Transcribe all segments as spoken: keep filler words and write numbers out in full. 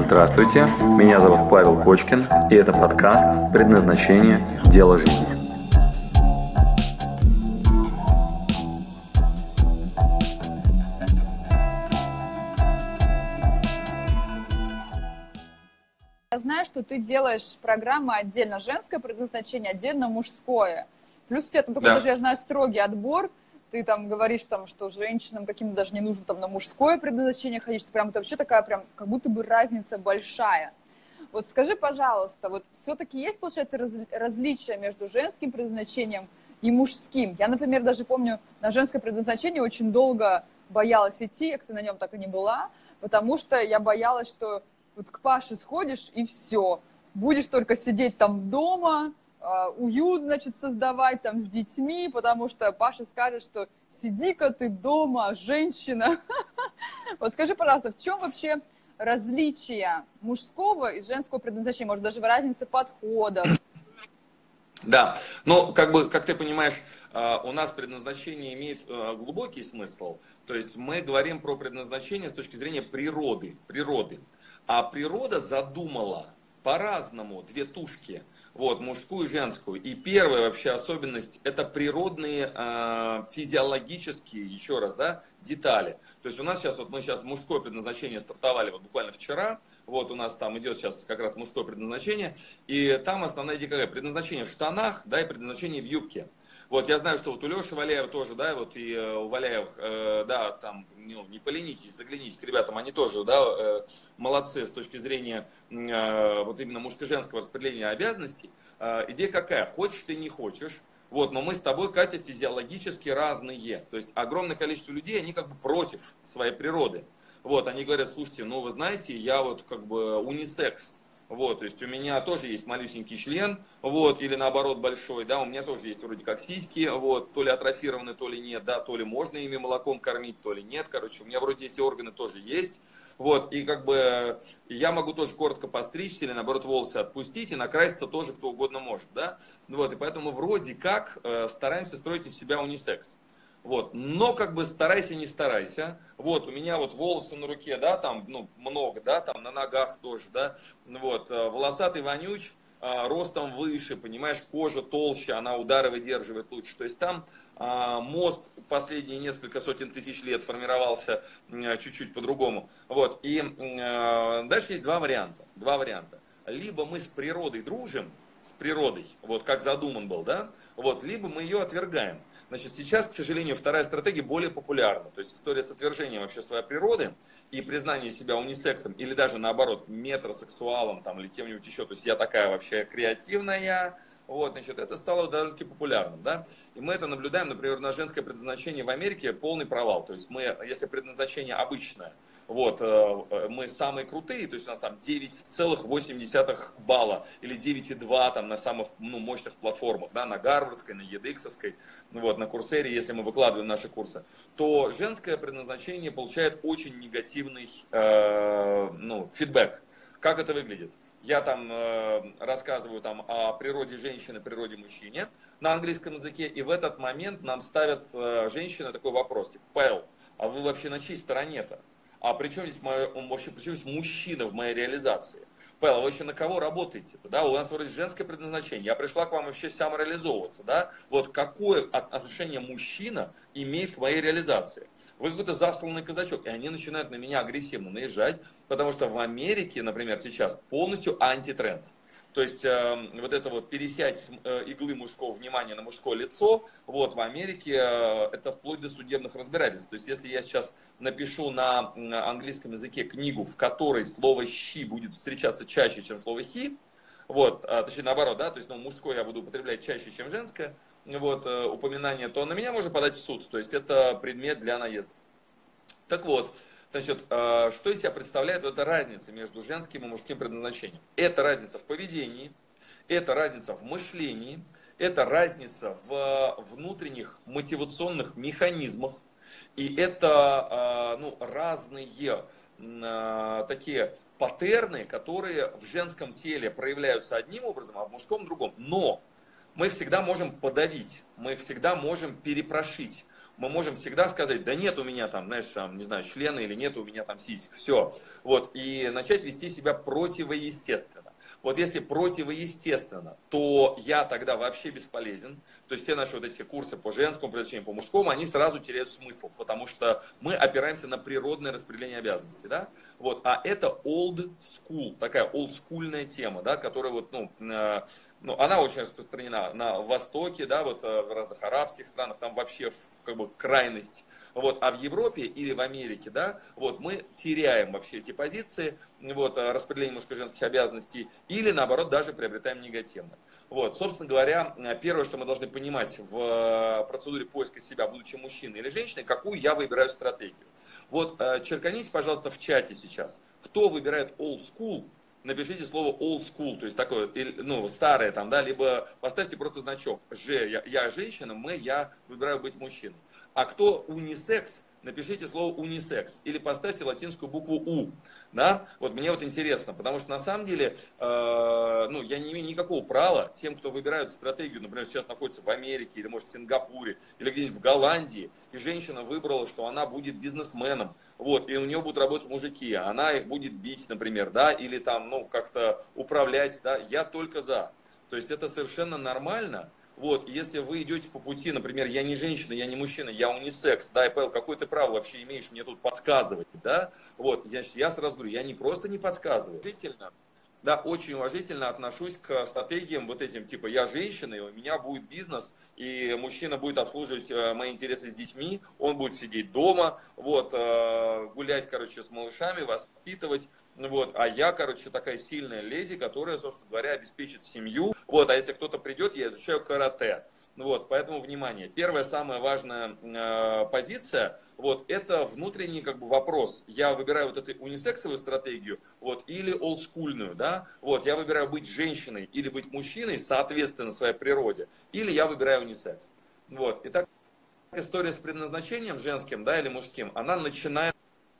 Здравствуйте, меня зовут Павел Кочкин, и это подкаст «Предназначение. Дело жизни». Я знаю, что ты делаешь программы отдельно женское предназначение, отдельно мужское. Плюс у тебя там такой, Да. даже я знаю, строгий отбор. Ты там говоришь, там, что женщинам каким-то даже не нужно там на мужское предназначение ходить, что прям это вообще такая прям, как будто бы разница большая. Вот скажи, пожалуйста, вот все-таки есть, получается, раз, различия между женским предназначением и мужским? Я, например, даже помню, на женское предназначение очень долго боялась идти, я, кстати, на нем так и не была, потому что я боялась, что вот к Паше сходишь и все, будешь только сидеть там дома, уют, значит, создавать там с детьми, потому что Паша скажет, что сиди-ка ты дома, женщина. Вот скажи, пожалуйста, в чем вообще различие мужского и женского предназначения? Может, даже в разнице подходов? Да, ну, как бы, как ты понимаешь, у нас предназначение имеет глубокий смысл. То есть мы говорим про предназначение с точки зрения природы, природы. А природа задумала по-разному две тушки. Вот, мужскую и женскую. И первая вообще особенность – это природные э, физиологические, еще раз, да, детали. То есть у нас сейчас, вот мы сейчас мужское предназначение стартовали вот буквально вчера. Вот у нас там идет сейчас как раз мужское предназначение. И там основная идея какая? Предназначение в штанах, да, и предназначение в юбке. Вот я знаю, что вот у Леши Валяева тоже, да, вот и э, у Валяевых, э, да, там, ну, не поленитесь, загляните к ребятам, они тоже, да, э, молодцы с точки зрения э, вот именно мужско-женского распределения обязанностей. Э, идея какая? Хочешь ты, не хочешь. Вот, но мы с тобой, Катя, физиологически разные. То есть огромное количество людей, они как бы против своей природы. Вот, они говорят, слушайте, ну вы знаете, я вот как бы унисекс. Вот, то есть у меня тоже есть малюсенький член, вот, или наоборот большой, да, у меня тоже есть вроде как сиськи, вот, то ли атрофированы, то ли нет, да, то ли можно ими молоком кормить, то ли нет, короче, у меня вроде эти органы тоже есть, вот, и как бы я могу тоже коротко постричься или наоборот волосы отпустить и накраситься тоже кто угодно может, да, вот, и поэтому вроде как э, стараемся строить из себя унисекс. Вот, но как бы старайся, не старайся. Вот, у меня вот волосы на руке, да, там, ну, много, да, там на ногах тоже, да. Вот, волосатый вонюч, ростом выше, понимаешь, кожа толще, она удары выдерживает лучше. То есть там мозг последние несколько сотен тысяч лет формировался чуть-чуть по-другому. Вот, и дальше есть два варианта, два варианта. Либо мы с природой дружим, с природой, вот как задуман был, да, вот, либо мы ее отвергаем. Значит, сейчас, к сожалению, вторая стратегия более популярна. То есть история с отвержением вообще своей природы и признание себя унисексом или даже наоборот метросексуалом там, или кем-нибудь еще. То есть я такая вообще креативная. Вот, значит, это стало довольно-таки популярным, да. И мы это наблюдаем, например, на женское предназначение в Америке полный провал. То есть мы, если предназначение обычное, вот, мы самые крутые, то есть у нас там девять целых восемь десятых балла или девять целых два там на самых, ну, мощных платформах, да, на Гарвардской, на едексовской, вот, на Курсере, если мы выкладываем наши курсы, то женское предназначение получает очень негативный э, ну, фидбэк. Как это выглядит? Я там э, рассказываю там о природе женщины, природе мужчины на английском языке, и в этот момент нам ставят э, женщины такой вопрос, типа, Павел, а вы вообще на чьей стороне-то? А при чем здесь, мое, вообще, при чем здесь мужчина в моей реализации? Павел, а вы еще на кого работаете? Да? У нас вроде женское предназначение. Я пришла к вам вообще самореализовываться. Да? Вот какое отношение мужчина имеет к моей реализации? Вы какой-то засланный казачок. И они начинают на меня агрессивно наезжать, потому что в Америке, например, сейчас полностью антитренд. То есть э, вот это вот пересядь с э, иглы мужского внимания на мужское лицо, вот в Америке э, это вплоть до судебных разбирательств. То есть если я сейчас напишу на, на английском языке книгу, в которой слово «щи» будет встречаться чаще, чем слово «хи», вот, а, точнее наоборот, да, то есть ну, мужское я буду употреблять чаще, чем женское, вот, э, упоминание, то на меня можно подать в суд. То есть это предмет для наездов. Так вот. Значит, что из себя представляет эта разница между женским и мужским предназначением? Это разница в поведении, это разница в мышлении, это разница в внутренних мотивационных механизмах, и это ну, разные такие паттерны, которые в женском теле проявляются одним образом, а в мужском другом. Но мы их всегда можем подавить, мы их всегда можем перепрошить. мы можем всегда сказать, да нет у меня там, знаешь, там, не знаю, члена или нет у меня там сисек, все. Вот, и начать вести себя противоестественно. Вот если противоестественно, то я тогда вообще бесполезен. То есть все наши вот эти курсы по женскому предназначению, по мужскому, они сразу теряют смысл, потому что мы опираемся на природное распределение обязанностей, да? Вот, а это old school, такая олдскульная тема, да, которая вот, ну, э, ну, она очень распространена на Востоке, да, вот э, в разных арабских странах, там вообще в, как бы крайность. Вот, а в Европе или в Америке, да, вот, мы теряем вообще эти позиции, вот, распределение мужско-женских обязанностей, или наоборот даже приобретаем негативно. Вот, собственно говоря, первое, что мы должны понимать в процедуре поиска себя, будучи мужчиной или женщиной, какую я выбираю стратегию. Вот, черканите, пожалуйста, в чате сейчас, кто выбирает old school, напишите слово old school, то есть такое, ну, старое там, да, либо поставьте просто значок Ж, я, я женщина, М, я выбираю быть мужчиной. А кто унисекс, напишите слово унисекс или поставьте латинскую букву У. Да? Вот мне вот интересно, потому что на самом деле э, ну, я не имею никакого права тем, кто выбирают стратегию, например, сейчас находится в Америке или может в Сингапуре или где-нибудь в Голландии, и женщина выбрала, что она будет бизнесменом, вот, и у нее будут работать мужики, она их будет бить, например, да, или там, ну, как-то управлять, да, я только за. То есть это совершенно нормально. Вот, если вы идете по пути, например, я не женщина, я не мужчина, я унисекс, да, и Павел, какое ты право вообще имеешь мне тут подсказывать, да, вот, я, я сразу говорю, я не просто не подсказываю, уважительно, да, очень уважительно отношусь к стратегиям вот этим, типа, я женщина, и у меня будет бизнес, и мужчина будет обслуживать мои интересы с детьми, он будет сидеть дома, вот, гулять, короче, с малышами, воспитывать, вот, а я, короче, такая сильная леди, которая, собственно говоря, обеспечит семью, вот, а если кто-то придет, я изучаю карате. Вот, поэтому, внимание, первая самая важная э, позиция, вот, это внутренний, как бы, вопрос. Я выбираю вот эту унисексовую стратегию, вот, или олдскульную, да, вот, я выбираю быть женщиной или быть мужчиной, соответственно, своей природе, или я выбираю унисекс. Вот, итак, история с предназначением женским, да, или мужским, она начинает.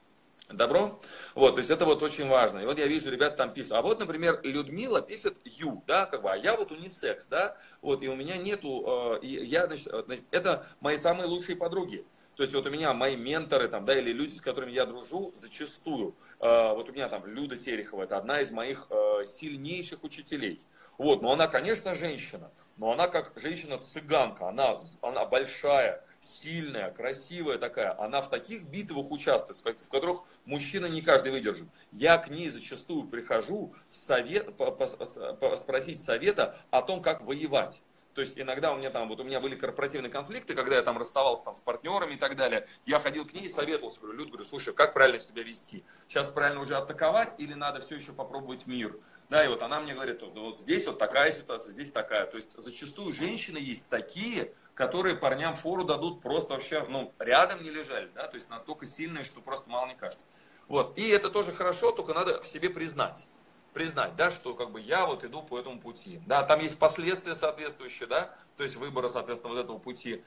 Добро? Вот, то есть это вот очень важно. И вот я вижу, ребята там пишут. А вот, например, Людмила пишет ю, да, как бы, а я вот унисекс, да, вот, и у меня нету, э, я, значит, значит, это мои самые лучшие подруги. То есть вот у меня мои менторы, там, да, или люди, с которыми я дружу, зачастую, э, вот у меня там Люда Терехова, это одна из моих э, сильнейших учителей. Вот, но она, конечно, женщина, но она как женщина-цыганка, она, она большая, сильная, красивая такая, она в таких битвах участвует, в которых мужчина не каждый выдержит. Я к ней зачастую прихожу совет, по, по, по, спросить совета о том, как воевать. То есть иногда у меня там, вот у меня были корпоративные конфликты, когда я там расставался там с партнерами и так далее, я ходил к ней и советовался, говорю, Люд, говорю, слушай, как правильно себя вести? Сейчас правильно уже атаковать или надо все еще попробовать мир? Да, и вот она мне говорит, вот здесь вот такая ситуация, здесь такая. То есть зачастую женщины есть такие, которые парням фору дадут просто вообще, ну, рядом не лежали, да, то есть настолько сильные, что просто мало не кажется. Вот, и это тоже хорошо, только надо в себе признать. Признать, да, что как бы я вот иду по этому пути. Да, там есть последствия соответствующие, да, то есть выбора, соответственно, вот этого пути.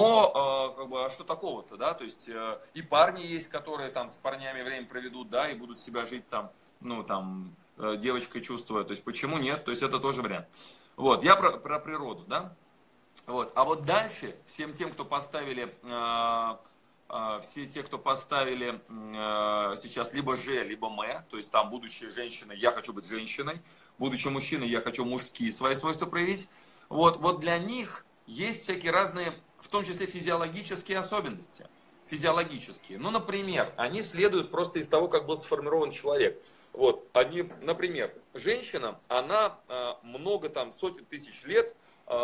Но, э, как бы, а что такого-то, да, то есть э, и парни есть, которые там с парнями время проведут, да, и будут себя жить там, ну, там, э, девочкой чувствуя. То есть почему нет? То есть это тоже вариант. Вот, я про, про природу, да. Вот, а вот дальше всем тем, кто поставили... Э, все те, кто поставили э, сейчас либо Ж, либо М, то есть там, будучи женщиной, я хочу быть женщиной, будучи мужчиной, я хочу мужские свои свойства проявить. Вот, вот для них есть всякие разные, в том числе физиологические особенности. Физиологические. Ну, например, они следуют просто из того, как был сформирован человек. Вот, они, например, женщина, она э, много там, сотен тысяч лет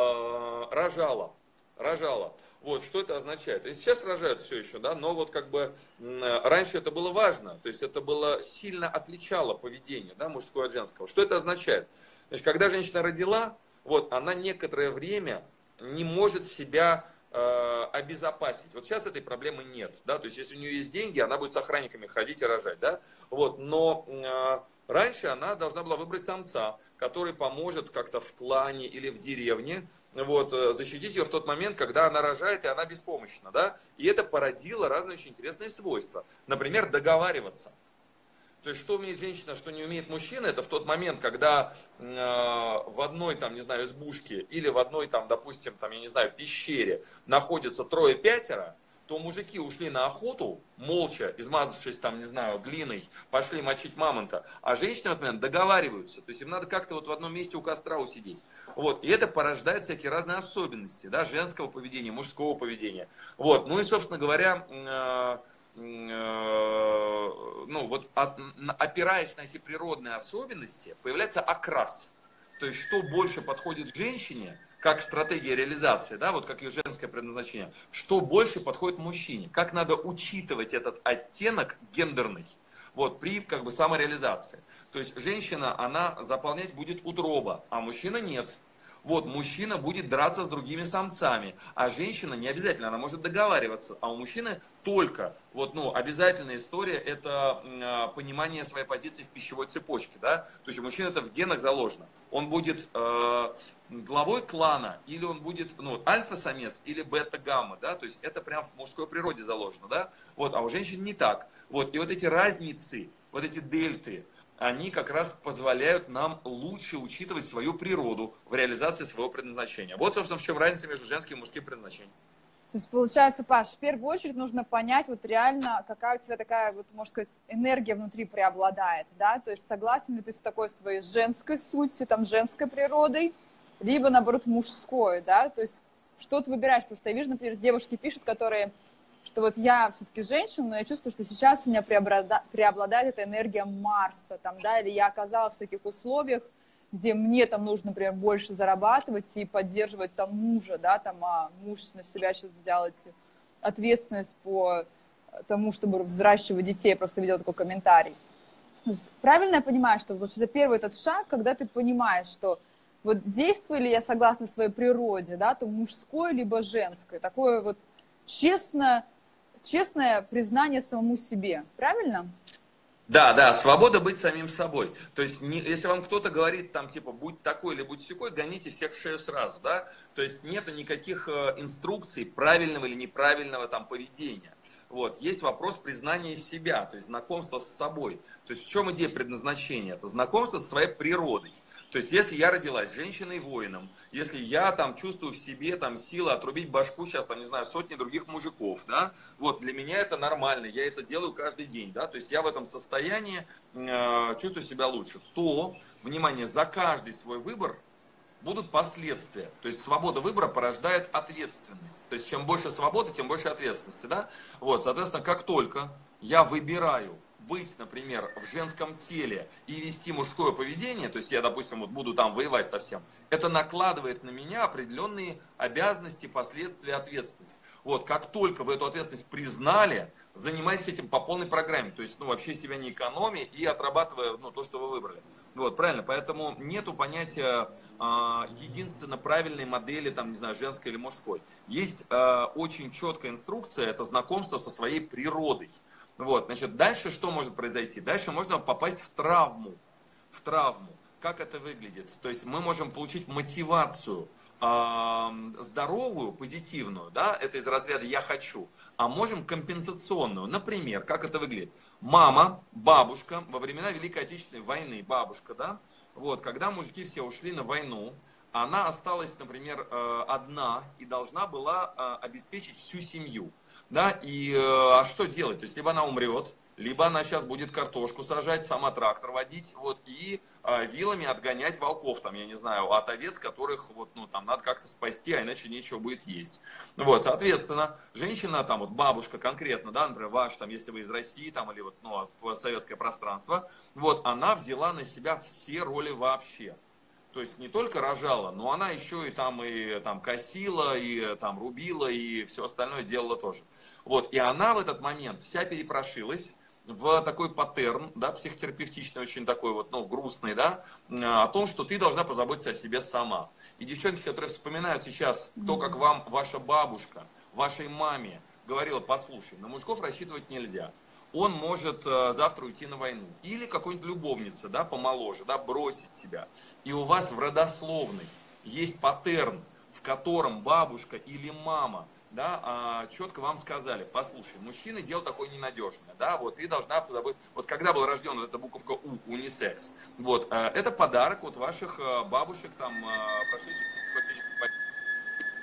э, рожала. Рожала. Вот, что это означает? И сейчас рожают все еще, да, но вот как бы раньше это было важно, то есть это было сильно отличало поведение, да, мужского от женского. Что это означает? Значит, когда женщина родила, вот, она некоторое время не может себя э, обезопасить. Вот сейчас этой проблемы нет, да, то есть если у нее есть деньги, она будет с охранниками ходить и рожать, да, вот, но э, раньше она должна была выбрать самца, который поможет как-то в клане или в деревне, вот, защитить ее в тот момент, когда она рожает, и она беспомощна, да, и это породило разные очень интересные свойства. Например, договариваться. То есть, что умеет женщина, что не умеет мужчина, это в тот момент, когда э, в одной, там, не знаю, избушке или в одной, там, допустим, там, я не знаю, пещере находится трое-пятеро, то мужики ушли на охоту, молча, измазавшись там, не знаю, глиной, пошли мочить мамонта, а женщины в этот момент договариваются, то есть им надо как-то вот в одном месте у костра усидеть. Вот, и это порождает всякие разные особенности, да, женского поведения, мужского поведения. Вот, ну и, собственно говоря, э, э, ну вот от, опираясь на эти природные особенности, появляется окрас. То есть, что больше подходит женщине, как стратегия реализации, да, вот как ее женское предназначение, что больше подходит мужчине, как надо учитывать этот оттенок гендерный, вот, при как бы самореализации. То есть, женщина, она заполнять будет утроба, а мужчина нет. Вот, мужчина будет драться с другими самцами, а женщина не обязательно, она может договариваться, а у мужчины только, вот, ну, обязательная история, это э, понимание своей позиции в пищевой цепочке, да, то есть у мужчины это в генах заложено, он будет э, главой клана, или он будет, ну, альфа-самец, или бета-гамма, да, то есть это прям в мужской природе заложено, да, вот, а у женщин не так, вот, и вот эти разницы, вот эти дельты, они как раз позволяют нам лучше учитывать свою природу в реализации своего предназначения. Вот, собственно, в чем разница между женским и мужским предназначением. То есть, получается, Паш, в первую очередь нужно понять, вот реально, какая у тебя такая, вот, можно сказать, энергия внутри преобладает, да? То есть, согласен ли ты с такой своей женской сутью, там, женской природой, либо, наоборот, мужской, да? То есть, что ты выбираешь? Потому что я вижу, например, девушки пишут, которые... что вот я все-таки женщина, но я чувствую, что сейчас у меня преобладает эта энергия Марса, там, да, или я оказалась в таких условиях, где мне там нужно, например, больше зарабатывать и поддерживать там мужа, да, там, а муж на себя сейчас взял эти ответственность по тому, чтобы взращивать детей, я просто видела такой комментарий. То есть, правильно я понимаю, что вот это первый этот шаг, когда ты понимаешь, что вот действую ли я согласно своей природе, да, то мужской либо женской, такое вот честно, честное признание самому себе, правильно? Да, да, свобода быть самим собой. То есть, не, если вам кто-то говорит, там, типа, будь такой или будь сякой, гоните всех в шею сразу, да? То есть, нету никаких э, инструкций правильного или неправильного там поведения. Вот. Есть вопрос признания себя, то есть, знакомства с собой. То есть, в чем идея предназначения? Это знакомство со своей природой. То есть, если я родилась женщиной-воином, если я там чувствую в себе там силы отрубить башку сейчас, там, не знаю, сотни других мужиков, да, вот, для меня это нормально, я это делаю каждый день, да, то есть, я в этом состоянии э, чувствую себя лучше, то, внимание, за каждый свой выбор будут последствия. То есть, свобода выбора порождает ответственность. То есть, чем больше свободы, тем больше ответственности, да. Вот, соответственно, как только я выбираю быть, например, в женском теле и вести мужское поведение, то есть я, допустим, вот буду там воевать совсем, это накладывает на меня определенные обязанности, последствия, ответственность. Вот, как только вы эту ответственность признали, занимайтесь этим по полной программе, то есть, ну, вообще себя не экономя и отрабатывая, ну, то, что вы выбрали. Вот, правильно, поэтому нету понятия э, единственно правильной модели, там, не знаю, женской или мужской. Есть э, очень четкая инструкция, это знакомство со своей природой. Вот, значит, дальше что может произойти? Дальше можно попасть в травму. В травму. Как это выглядит? То есть мы можем получить мотивацию э, здоровую, позитивную, да, это из разряда «я хочу», а можем компенсационную. Например, как это выглядит? Мама, бабушка, во времена Великой Отечественной войны, бабушка, да, вот, когда мужики все ушли на войну, она осталась, например, э, одна и должна была э, обеспечить всю семью. Да, и э, а что делать? То есть, либо она умрет, либо она сейчас будет картошку сажать, сама трактор водить, вот, и э, вилами отгонять волков, там, я не знаю, от овец, которых, вот, ну, там, надо как-то спасти, а иначе нечего будет есть. Вот, соответственно, женщина, там, вот, бабушка конкретно, да, например, ваш, там, если вы из России, там, или вот, ну, постсоветское пространство, вот, она взяла на себя все роли вообще. То есть не только рожала, но она еще и там, и там косила, и там рубила, и все остальное делала тоже. Вот. И она в этот момент вся перепрошилась в такой паттерн, да, психотерапевтичный, очень такой вот, ну, грустный, да, о том, что ты должна позаботиться о себе сама. И девчонки, которые вспоминают сейчас то, как вам ваша бабушка, вашей маме говорила: послушай, на мужиков рассчитывать нельзя. Он может э, завтра уйти на войну. Или какой-нибудь любовница, да, помоложе, да, бросить тебя. И у вас в родословной есть паттерн, в котором бабушка или мама, да, э, четко вам сказали: послушай, мужчины дело такое ненадежное, да, вот ты должна позаботиться. Вот когда была рождена вот эта буковка У, унисекс, вот, э, это подарок от ваших э, бабушек, там, э, прошедших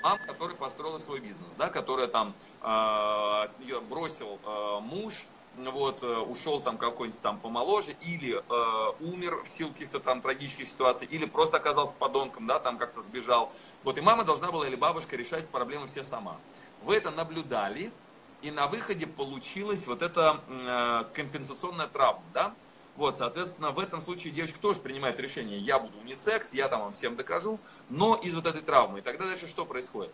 мама, которая построила свой бизнес, да, которая там э, ее бросил э, муж, вот, ушел там какой-нибудь там помоложе, или э, умер в силу каких-то там трагических ситуаций, или просто оказался подонком, да, там как-то сбежал. Вот, и мама должна была, или бабушка, решать проблемы все сама. Вы это наблюдали, и на выходе получилась вот эта э, компенсационная травма, да. Вот, соответственно, в этом случае девочка тоже принимает решение, я буду унисекс, я там вам всем докажу, но из вот этой травмы. И тогда дальше что происходит?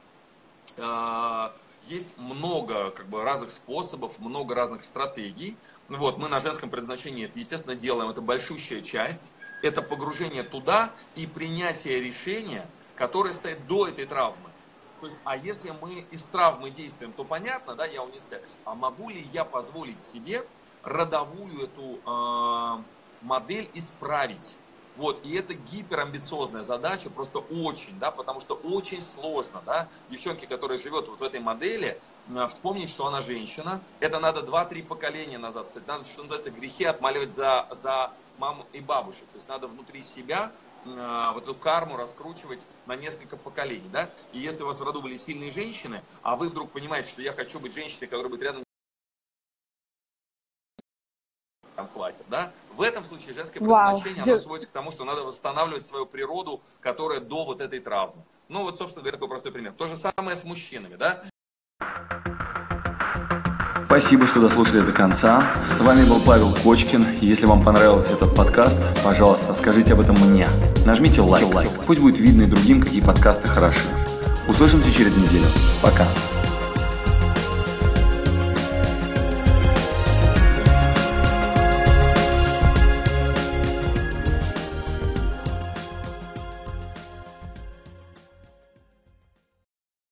Есть много как бы разных способов, много разных стратегий. Вот, мы на женском предназначении это, естественно, делаем, это большущая часть. Это погружение туда и принятие решения, которое стоит до этой травмы. То есть, а если мы из травмы действуем, то понятно, да, я унисекс. А могу ли я позволить себе родовую эту э, модель исправить? Вот, и это гиперамбициозная задача, просто очень, да, потому что очень сложно, да, девчонки, которые живет вот в этой модели, вспомнить, что она женщина, это надо два-три поколения назад, кстати, надо, что называется, грехи отмаливать за, за маму и бабушек, то есть надо внутри себя э, вот эту карму раскручивать на несколько поколений, да, и если у вас в роду были сильные женщины, а вы вдруг понимаете, что я хочу быть женщиной, которая будет рядом, там хватит, да? В этом случае женское предназначение, Вау. Оно сводится к тому, что надо восстанавливать свою природу, которая до вот этой травмы. Ну вот, собственно говоря, такой простой пример. То же самое с мужчинами, да? Спасибо, что дослушали до конца. С вами был Павел Кочкин. Если вам понравился этот подкаст, пожалуйста, скажите об этом мне. Нажмите лайк. Пусть будет видно и другим, какие подкасты хороши. Услышимся через неделю. Пока.